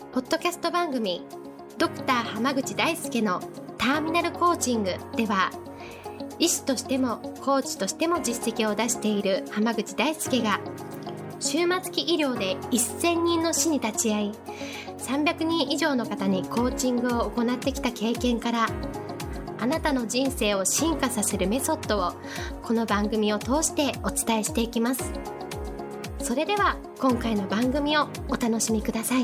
ポッドキャスト番組ドクター濱口大輔のターミナルコーチングでは、医師としてもコーチとしても実績を出している濱口大輔が終末期医療で1000人の死に立ち会い、300人以上の方にコーチングを行ってきた経験から、あなたの人生を進化させるメソッドをこの番組を通してお伝えしていきます。それでは今回の番組をお楽しみください。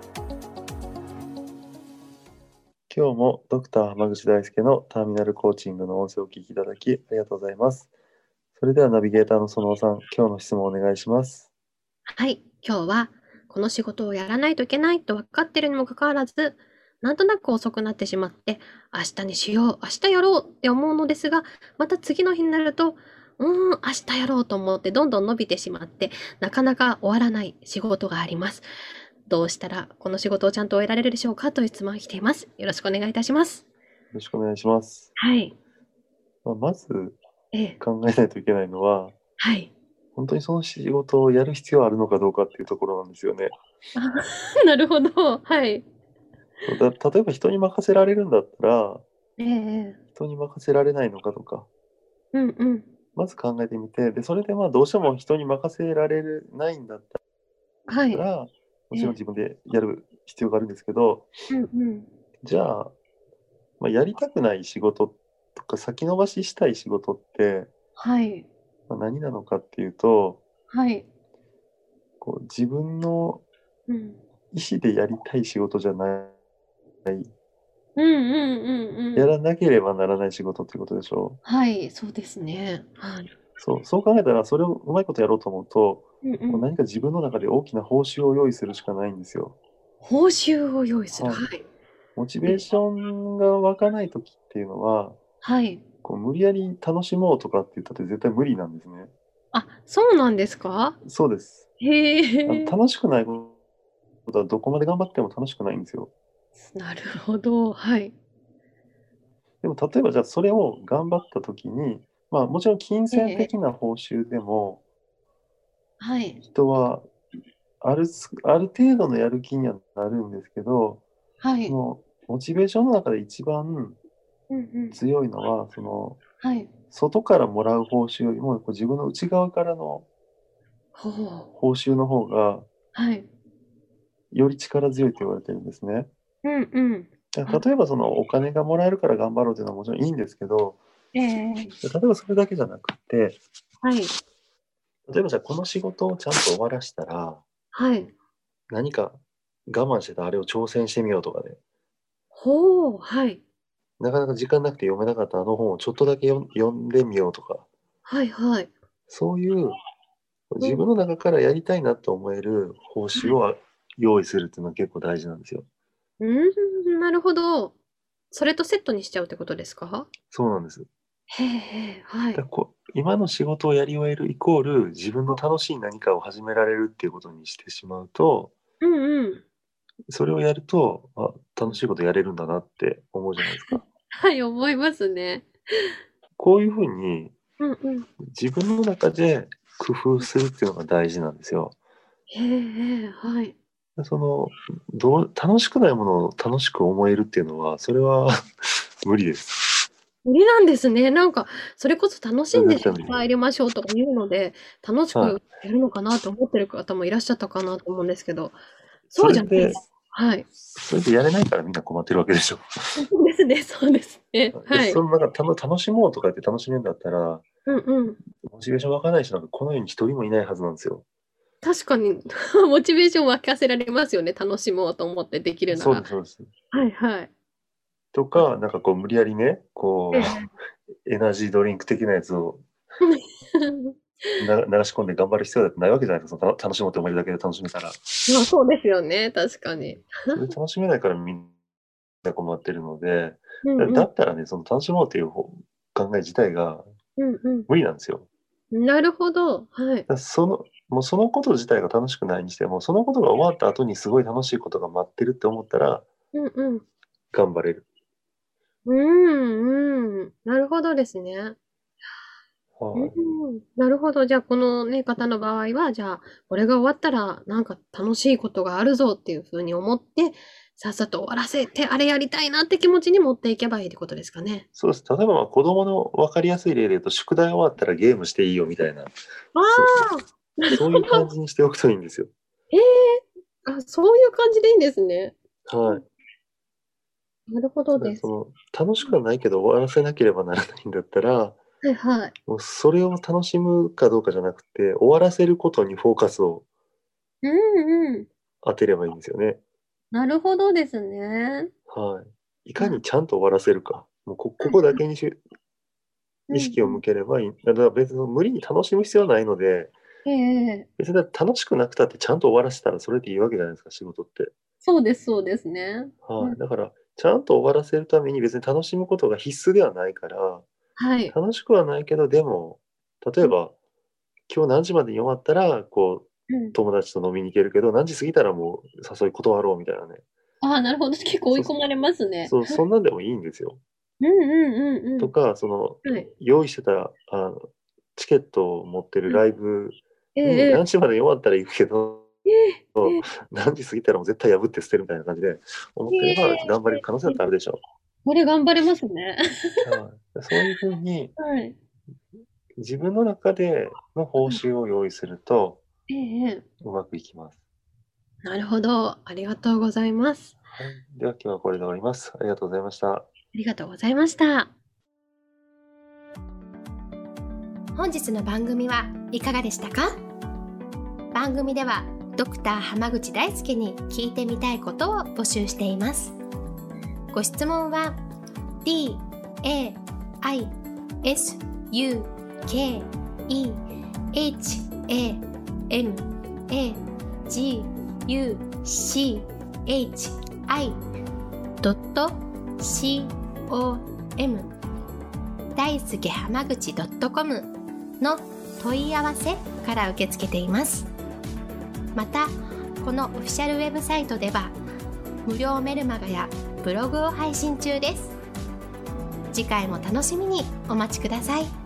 今日もドクター濱口大輔のターミナルコーチングの音声をお聞きいただきありがとうございます。それではナビゲーターの園尾さん、今日の質問をお願いします。 はい、今日はこの仕事をやらないといけないと分かっているにもかかわらず、なんとなく遅くなってしまって、明日にしよう、明日やろうって思うのですが、また次の日になると、明日やろうと思ってどんどん伸びてしまって、なかなか終わらない仕事があります。どうしたらこの仕事をちゃんと終えられるでしょうかという質問が来ています。よろしくお願いいたします。 よろしくお願いします。 はい。 まずええ。 考えないといけないのは、 はい。 本当にその仕事をやる必要あるのかどうかっていうところなんですよね。 なるほど。はい。 例えば人に任せられるんだったら、 ええ。 人に任せられないのかとか、 うんうん。 まず考えてみて、で、それでどうしても人に任せられないんだったはい。 ら、もええ。 ちろん自分でやる必要があるんですけど、 うんうん。 じゃあ、やりたくない仕事とか先延ばししたい仕事って、 はい。 何なのかっていうと、 はい。 自分のうん。 意思でやりたい仕事じゃない、 うんうんうんうん。 やらなければならない仕事っていうことでしょはい、そうですね。はい。 う。そう考えたら、それをうまいことやろうと思うと、 うんうん。 何か自分の中で大きな報酬を用意するしかないんですよ。 報酬を用意する。 はい。 はい。 モチベーションが湧かない時っていうのは、 はい。 無理やり楽しもうとかって言ったって絶対無理なんですね。 あ、そうなんですか？ そうです。 へえ。 楽しくないことはどこまで頑張っても楽しくないんですよ。 なるほど。はい。 でも例えばじゃあそれを頑張った時に、もちろん金銭ええええ。 的な報酬でも、 はい。 人はある程度のやる気にはなるんですけど、 はい。 そのモチベーションの中で一番うんうん。 強いのは、 はい。 外からもらう報酬よりも、自分の内側からのほう。 報酬の方がはい。 より力強いと言われてるんですね。 うんうん。あ、 例えばそのお金がもらえるから頑張ろうというのはもちろんいいんですけど、 ええええ。 例えばそれだけじゃなくて、 はい。 例えばじゃあこの仕事をちゃんと終わらしたら、 はい。 何か我慢してたあれを挑戦してみようとかね、 ほう、はい。 なかなか時間なくて読めなかったあの本をちょっとだけ読んでみようとか、 はいはい。 そういううん、 自分の中からやりたいなと思える報はい。 酬を用意するっていうのは結構大事なんですよ。 なるほど。それとセットにしちゃうってことですか？ そうなんです。 へえへえ、はい。 今の仕事をやり終えるイコール自分の楽しい何かを始められるっていうことにしてしまうと、 うんうん。 それをやると、楽しいことやれるんだなって思うじゃないですか。 はい、思いますね。 こういうふうにうんうん。 自分の中で工夫するっていうのが大事なんですよ。 へえへえ、はい。 その、楽しくないものを楽しく思えるっていうのは、それは無理です。 無理なんですね。なんか、それこそ楽しんで絶対無理。 入りましょうとか言うので、楽しくはい。 やるのかなと思ってる方もいらっしゃったかなと思うんですけど、そうじゃないそれで、 です。はい。 それでやれないからみんな困ってるわけでしょ。 そうですね、そうですね。はい。 その楽しもうとか言って楽しめるんだったら、 うんうん。 モチベーション湧かない人なんかこの世に一人もいないはずなんですよ。 確かにモチベーション湧かせられますよね、楽しもうと思ってできるなら。 そうです、そうです。 はいはい。 とあ、 か、無理やりね、 ええ。 エナジードリンク的なやつを流し込んで頑張る必要だってないわけじゃないですか。楽しもうと思えるだけで楽しめたら。 まあ、そうですよね、確かに。 それ楽しめないからみんな困ってるので、 うんうん。 だったらね、その楽しもうっていう考え自体がうんう無理なんですよ。 ん。なるほど、はい。 もうそのこと自体が楽しくないにしても、そのことが終わった後にすごい楽しいことが待ってるって思ったらうんうん。 頑張れる。 うんうん。なるほどですね。 はい。 なるほど。じゃあ、このね、方の場合は、じゃあ、これが終わったら、なんか楽しいことがあるぞっていう風に思って、さっさと終わらせて、あれやりたいなって気持ちに持っていけばいいってことですかね。 そうです。例えばまあ子供の分かりやすい例で言うと、宿題終わったらゲームしていいよみたいな、 あそ、 あ、なるそういう感ほど。 じにしておくといいんですよ。 ええ、あ、そういう感じでいいんですね。 はい。 なるほどです。 楽しくはないけど終わらせなければならないんだったら、 はいはい。 もうそれを楽しむかどうかじゃなくて、終わらせることにフォーカスをうんうん。 当てればいいんですよね。 なるほどですね。 はい。いかにあ、 ちゃんと終わらせるか。もうここだけに意識を向うんうん。 ければいい。だから別に無理に楽しむ必要はないので、 ええ、 別にだって楽しくなくたってちゃんと終わらせたらそれでいいわけじゃないですか、仕事って。 そうですそうですね。うん、 はい。だから、ちゃんと終わらせるために別に楽しむことが必須ではないから、 はい。 楽しくはないけど、でも、例うんえば、今日何時までに終わったら、 うん。 友達と飲みに行けるけど、何時過ぎたらもう誘い断ろうみたいなね。 ああ、なるほど。結構追いそ、 込まれますね。 そんなんでもいいんですよ。 うんうんうんうん。 とか、 はい。 用意してた、チケットを持ってるはい。 ライブええにええ。 何時までに終わったら行くけど、 ええええ。 何時過ぎたらもう絶対破って捨てるみたいな感じで思ってれば頑張れる可能性だってあるでしょこれ頑張れますね。 う。はい。そういうふうにはい。 自分の中での報酬を用意するとええええ。 うまくいきます。 なるほど。ありがとうございます。 はい。では今日はこれで終わります。ありがとうございました。 ありがとうございました。本日の番組はいかがでしたか？番組ではドクター濱口大輔に聞いてみたいことを募集しています。ご質問は daisukeehamaguchi.com 大輔濱口 .com の問い合わせから受け付けています。また、このオフィシャルウェブサイトでは無料メルマガやブログを配信中です。次回も楽しみにお待ちください。